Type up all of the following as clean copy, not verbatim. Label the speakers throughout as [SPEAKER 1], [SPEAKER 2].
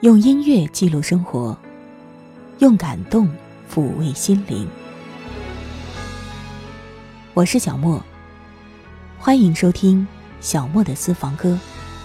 [SPEAKER 1] 用音乐记录生活，用感动抚慰心灵。我是小莫，欢迎收听小莫的私房歌。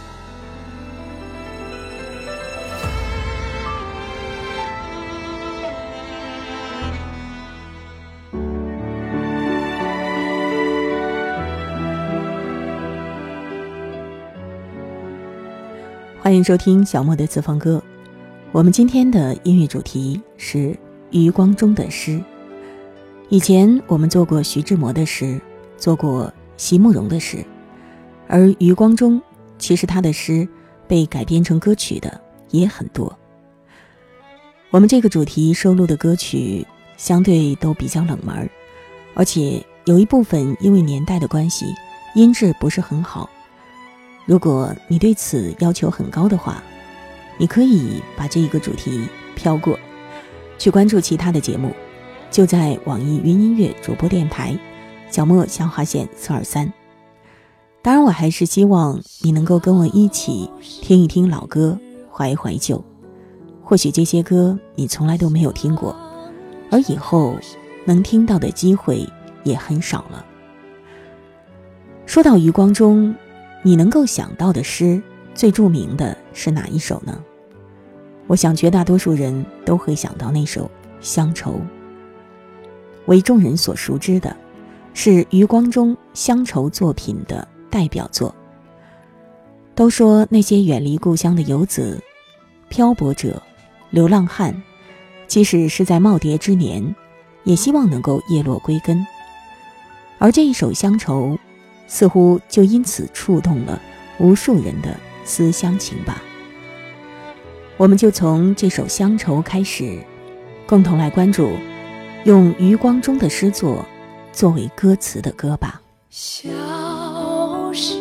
[SPEAKER 1] 欢迎收听小莫的私房歌。我们今天的音乐主题是余光中的诗。以前我们做过徐志摩的诗，做过席慕容的诗，而余光中其实他的诗被改编成歌曲的也很多。我们这个主题收录的歌曲相对都比较冷门，而且有一部分因为年代的关系，音质不是很好。如果你对此要求很高的话，你可以把这一个主题飘过，去关注其他的节目，就在网易云音乐主播电台小莫下划线423。当然我还是希望你能够跟我一起听一听老歌，怀一怀旧。或许这些歌你从来都没有听过，而以后能听到的机会也很少了。说到余光中，你能够想到的诗最著名的是哪一首呢？我想绝大多数人都会想到那首《乡愁》。为众人所熟知的是余光中乡愁作品的代表作。都说那些远离故乡的游子、漂泊者、流浪汉，即使是在耄耋之年，也希望能够叶落归根。而这一首《乡愁》似乎就因此触动了无数人的思乡情吧。我们就从这首《乡愁》开始，共同来关注用余光中的诗作作为歌词的歌吧。
[SPEAKER 2] 小时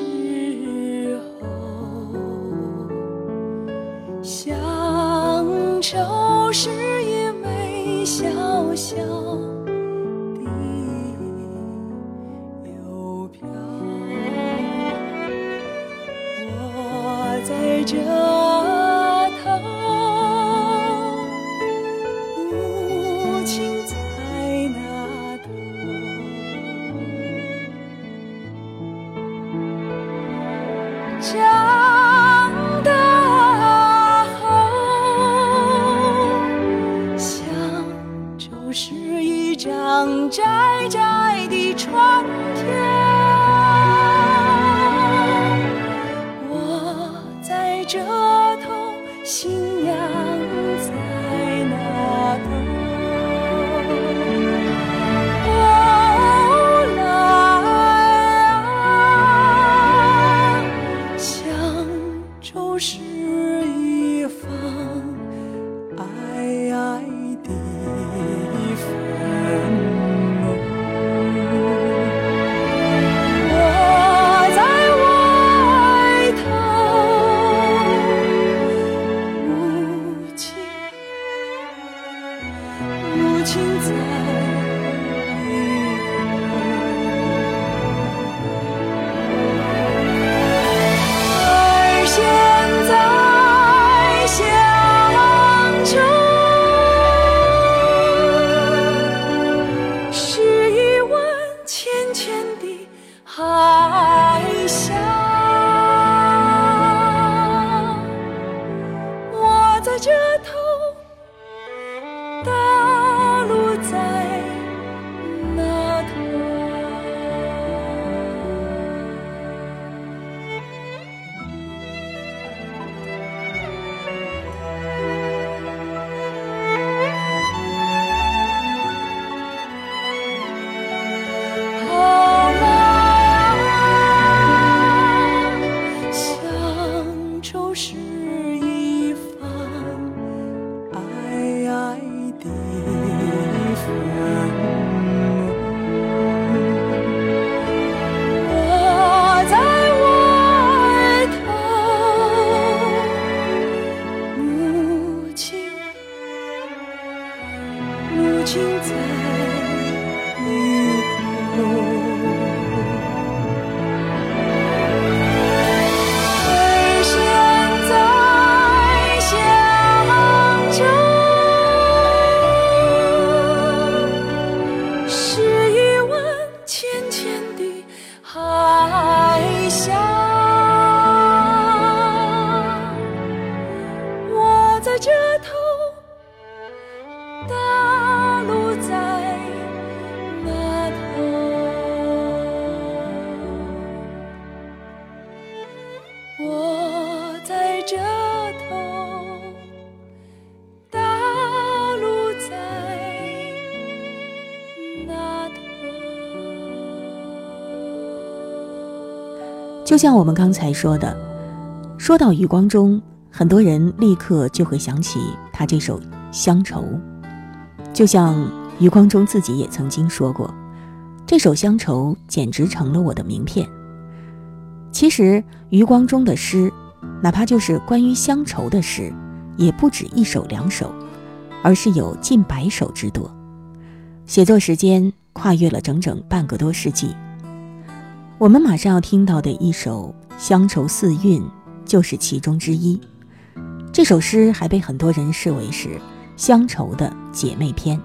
[SPEAKER 2] 候，乡愁是一枚小小的邮票，我在这头，母亲在那头。长大后，乡愁是一张窄窄的船票，我在这头，信仰在那头。后来啊，乡愁是一方矮矮的坟墓，我在外头，母亲在里头。而现在乡愁是一湾浅浅的海峡，我在这头，大陆在那头。后来啊，
[SPEAKER 1] 就像我们刚才说的，说到余光中，很多人立刻就会想起他这首《乡愁》。就像余光中自己也曾经说过，这首《乡愁》简直成了我的名片。其实余光中的诗，哪怕就是关于乡愁的诗，也不止1首2首，而是有近100首之多，写作时间跨越了整整半个多世纪。我们马上要听到的一首《乡愁4韵》就是其中之一。这首诗还被很多人视为是乡愁的姐妹篇。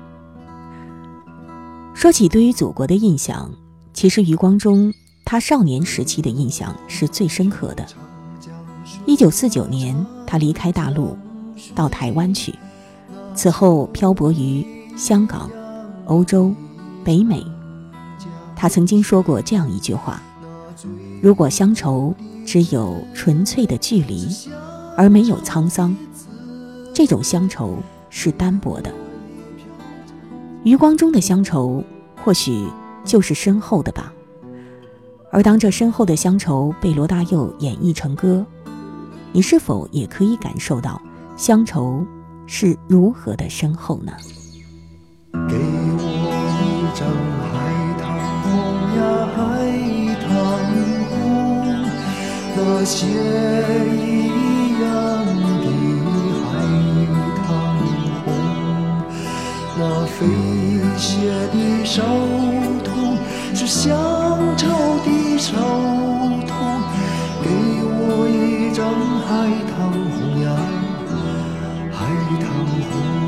[SPEAKER 1] 说起对于祖国的印象，其实余光中他少年时期的印象是最深刻的。1949年，他离开大陆到台湾去，此后漂泊于香港、欧洲、北美。他曾经说过这样一句话：如果乡愁只有纯粹的距离，而没有沧桑，这种乡愁是单薄的。余光中的乡愁或许就是深厚的吧。而当这深厚的乡愁被罗大佑演绎成歌，你是否也可以感受到乡愁是如何的深厚呢？
[SPEAKER 3] 给我一张海棠红呀海棠红，那血一样的海棠红，那飞雪的手痛是乡愁的手痛，给我一张海棠红呀海棠红。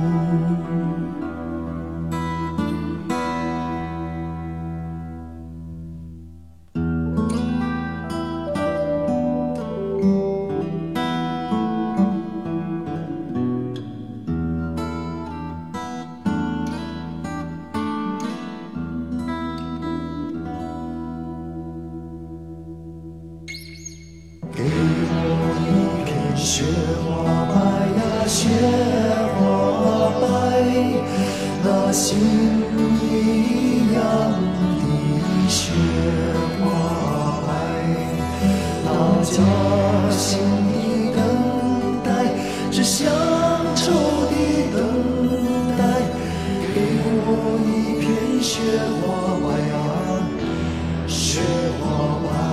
[SPEAKER 3] 给我一片雪花白呀雪花白，那心一样的雪花白，那家乡的等待是乡愁的等待，给我一片雪花白呀雪花白。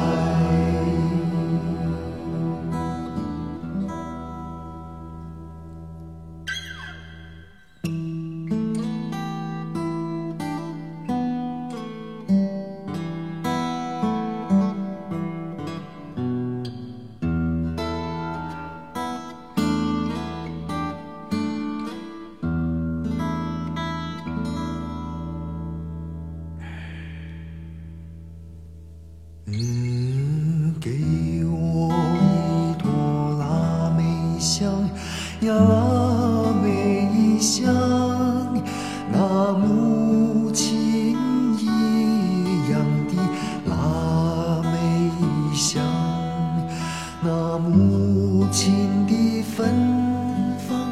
[SPEAKER 3] 给我一朵腊梅香呀腊梅香，那母亲一样的腊梅香，那母亲的芬芳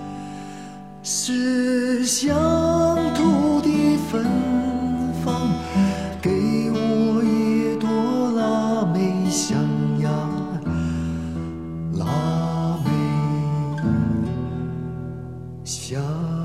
[SPEAKER 3] 是乡土的芬芳，给我一朵腊梅香呀腊梅香。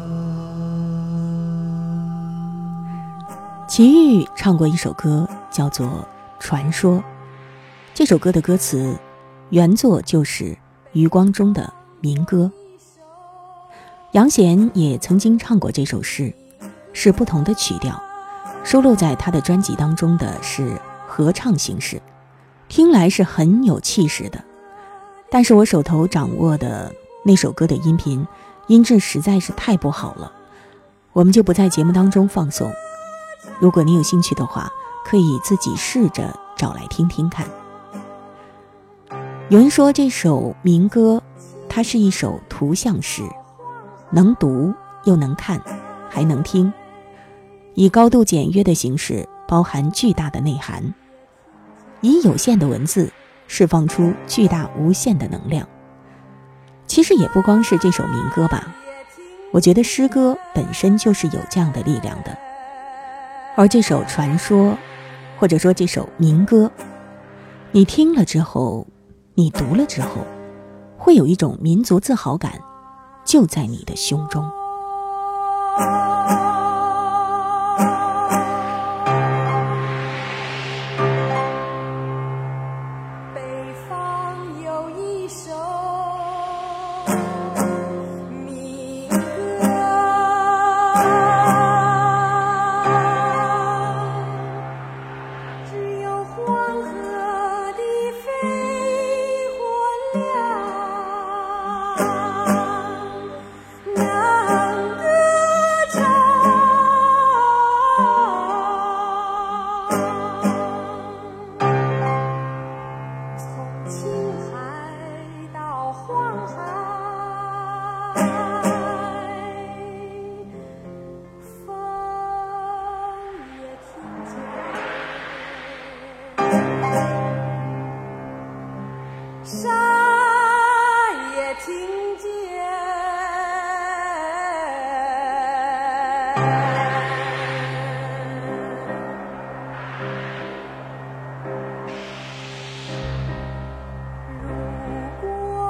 [SPEAKER 1] 齐豫唱过一首歌叫做《传说》，这首歌的歌词原作就是余光中的民歌。杨贤也曾经唱过这首诗，是不同的曲调，收录在他的专辑当中的是合唱形式，听来是很有气势的。但是我手头掌握的那首歌的音频音质实在是太不好了，我们就不在节目当中放送。如果你有兴趣的话，可以自己试着找来听听看。有人说这首民歌它是一首图像诗，能读又能看还能听，以高度简约的形式包含巨大的内涵，以有限的文字释放出巨大无限的能量。其实也不光是这首民歌吧，我觉得诗歌本身就是有这样的力量的。而这首传说，或者说这首民歌， 你听了之后，你读了之后，会有一种民族自豪感就在你的胸中。
[SPEAKER 2] 北方有一首民歌，只有黄河的飞火亮，能歌唱。从青海到黄海，风也听见，山也听见。如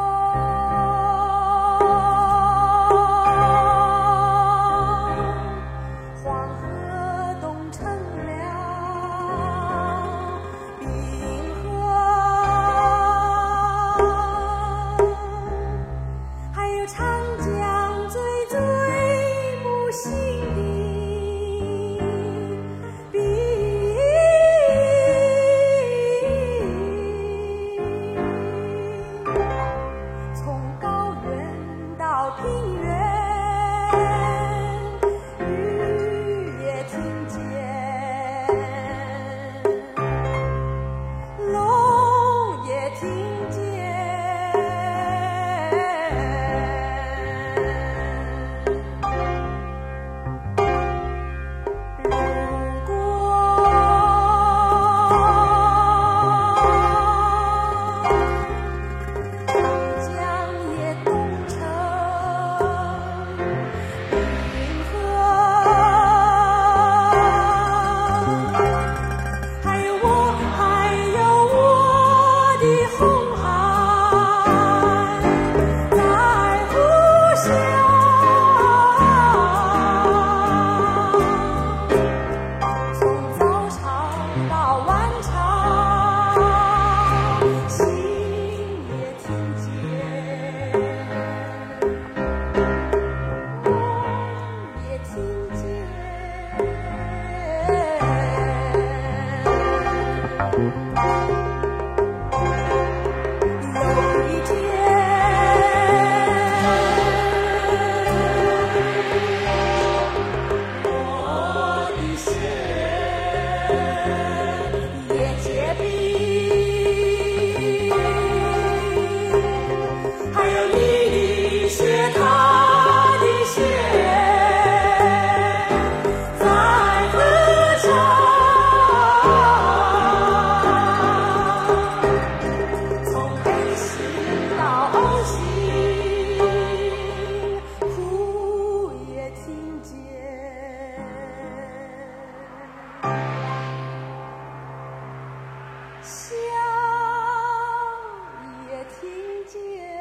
[SPEAKER 2] 果黄河冻成了冰河，还有长江最最母性的冰，从高原到平原，雨也听见，龙也听见。如果长江也冻成冰河，还有我的红海在呼啸。从早朝到晚朝，心也听见，梦也听见。有一天，我的心也结冰，还有你的血，他的血在歌唱。从黑心到欧心，哭也听见，笑也听见。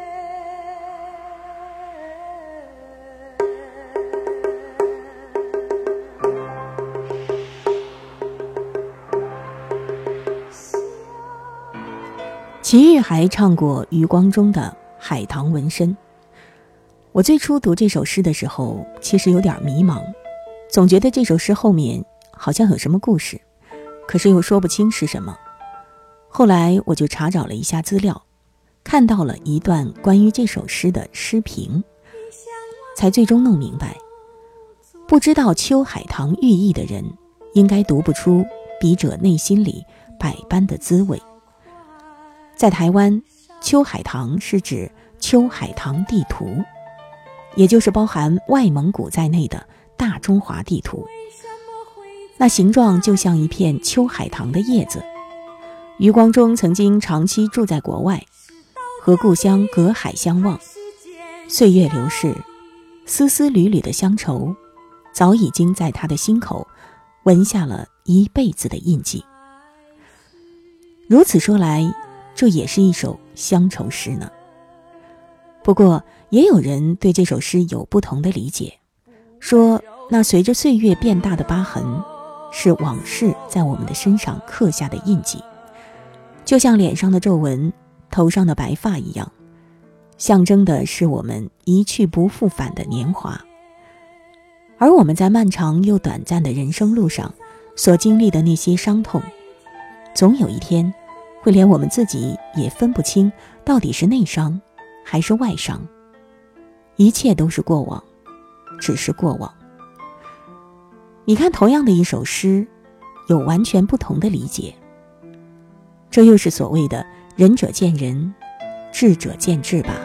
[SPEAKER 1] 齐豫还唱过余光中的《海棠纹身》。我最初读这首诗的时候，其实有点迷茫，总觉得这首诗后面好像有什么故事，可是又说不清是什么。后来我就查找了一下资料，看到了一段关于这首诗的诗评，才最终弄明白，不知道秋海棠寓意的人，应该读不出笔者内心里百般的滋味。在台湾，秋海棠是指秋海棠地图，也就是包含外蒙古在内的大中华地图。那形状就像一片秋海棠的叶子。余光中曾经长期住在国外，和故乡隔海相望，岁月流逝，丝丝缕缕的乡愁早已经在他的心口纹下了一辈子的印记。 如此说来，这也是一首乡愁诗呢。不过也有人对这首诗有不同的理解，说那随着岁月变大的疤痕，是往事在我们的身上刻下的印记，就像脸上的皱纹、头上的白发一样，象征的是我们一去不复返的年华。而我们在漫长又短暂的人生路上所经历的那些伤痛，总有一天会连我们自己也分不清到底是内伤还是外伤。一切都是过往，只是过往。你看，同样的一首诗，有完全不同的理解。这又是所谓的仁者见仁，智者见智吧。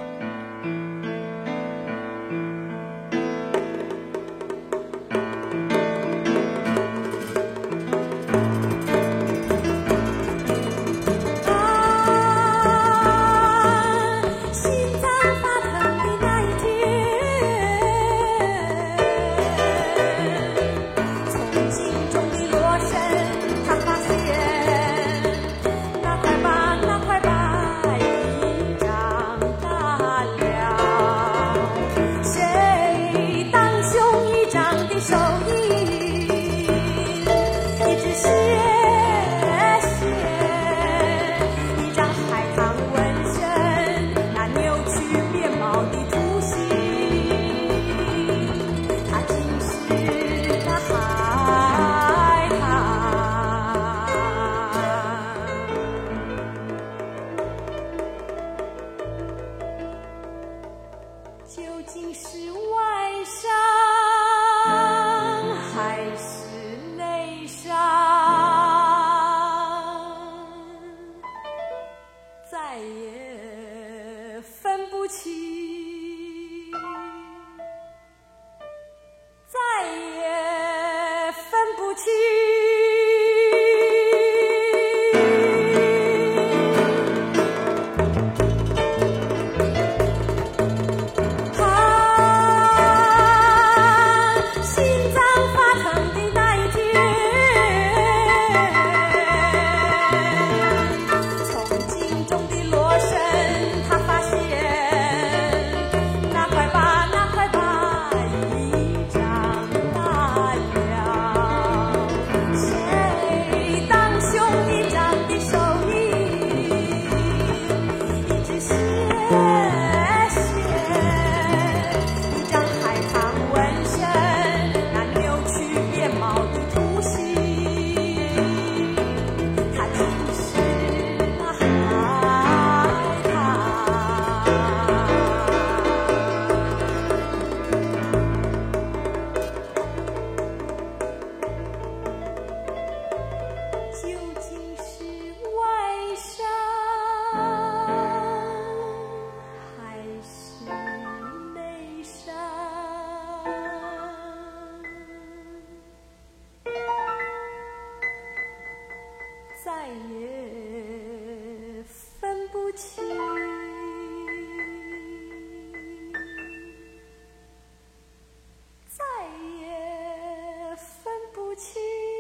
[SPEAKER 2] 究竟是外伤还是内伤，再也分不清，再也分不清。再也分不清，再也分不清。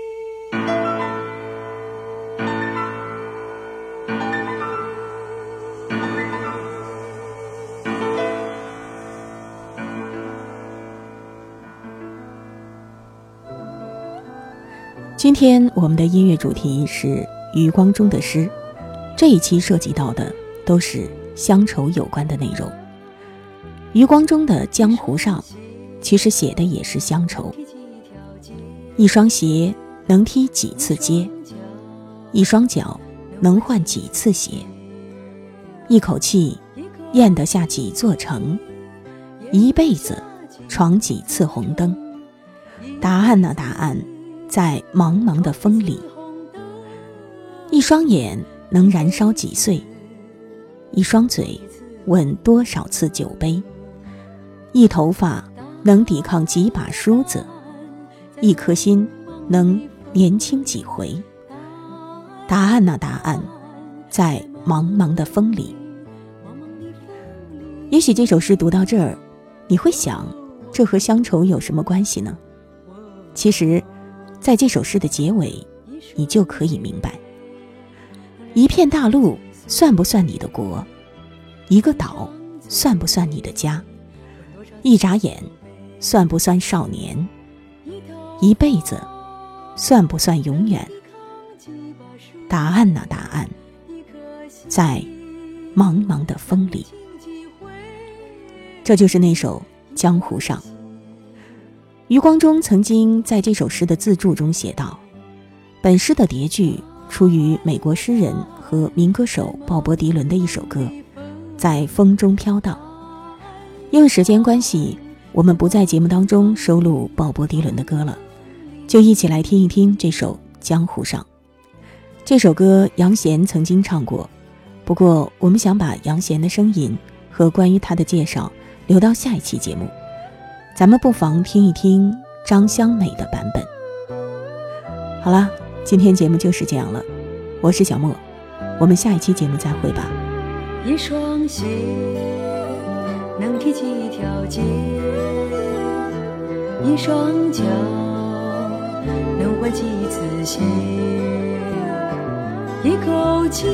[SPEAKER 1] 今天我们的音乐主题是余光中的诗，这一期涉及到的都是乡愁有关的内容。余光中的《江湖上》其实写的也是乡愁。一双鞋能踢几次街，一双脚能换几次鞋，一口气咽得下几座城，一辈子闯几次红灯。答案啊答案，在茫茫的风里。一双眼能燃烧几岁，一双嘴吻多少次酒杯，一头发能抵抗几把梳子，一颗心能年轻几回。答案啊答案，在茫茫的风里。也许这首诗读到这儿，你会想，这和乡愁有什么关系呢？其实在这首诗的结尾，你就可以明白。 一片大陆算不算你的国？一个岛算不算你的家？一眨眼算不算少年？一辈子算不算永远？答案呐，答案在茫茫的风里。这就是那首《江湖上》。余光中曾经在这首诗的自注中写道，本诗的叠句出于美国诗人和民歌手鲍勃迪伦的一首歌《在风中飘荡》。因为时间关系，我们不在节目当中收录鲍勃迪伦的歌了，就一起来听一听这首《江湖上》。这首歌杨贤曾经唱过，不过我们想把杨贤的声音和关于他的介绍留到下一期节目，咱们不妨听一听张香美的版本。好啦，今天节目就是这样了，我是小莫，我们下一期节目再会吧。
[SPEAKER 2] 一双鞋能踢几条街，一双脚能换几次鞋，一口气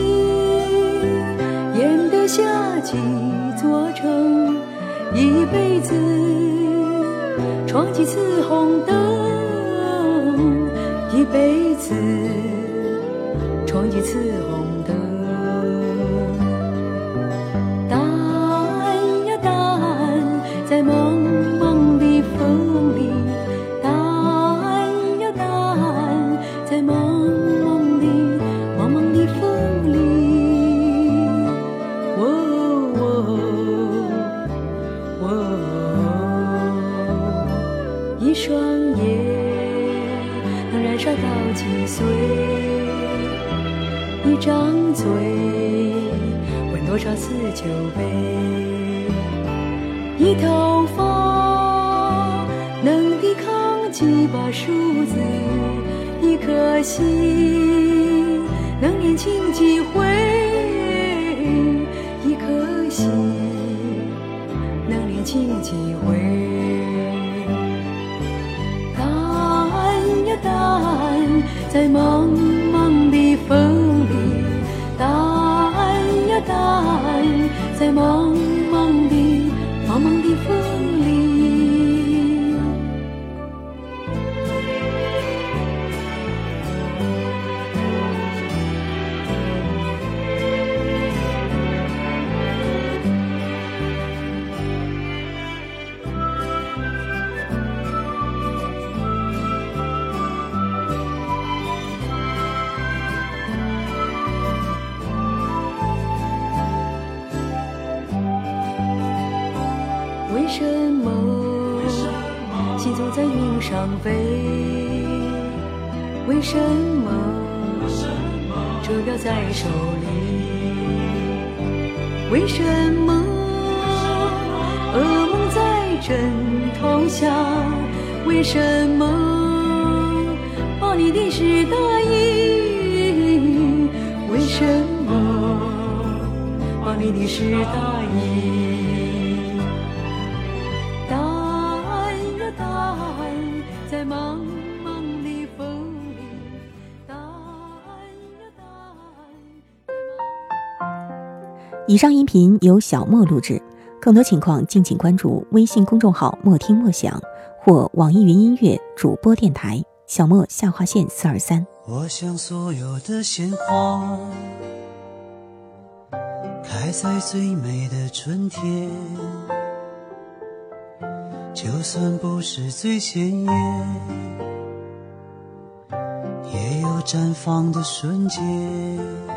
[SPEAKER 2] 咽得下几座城，一辈子闯几次红灯，一辈子闯几次红灯。答案呀答案，在茫茫的风里，答案呀答案，在茫茫的风里。一双眼能燃烧到几岁，一张嘴问多少次酒杯，一头发能抵抗几把梳子，一颗心能年轻几回，一颗心能年轻几回。答案在茫茫的风里，答案呀答案，在茫茫的风里。为什么心总在云上飞？为什么车票在手里？为什么噩梦在枕头下？为什么抱你的是大衣？为什么抱你的是大衣？在茫茫的风里，答案呀答案。
[SPEAKER 1] 以上音频由小莫录制，更多情况敬请关注微信公众号莫听莫想或网易云音乐主播电台小莫下划线423。
[SPEAKER 3] 我想所有的鲜花开在最美的春天，就算不是最鲜艳，也有绽放的瞬间。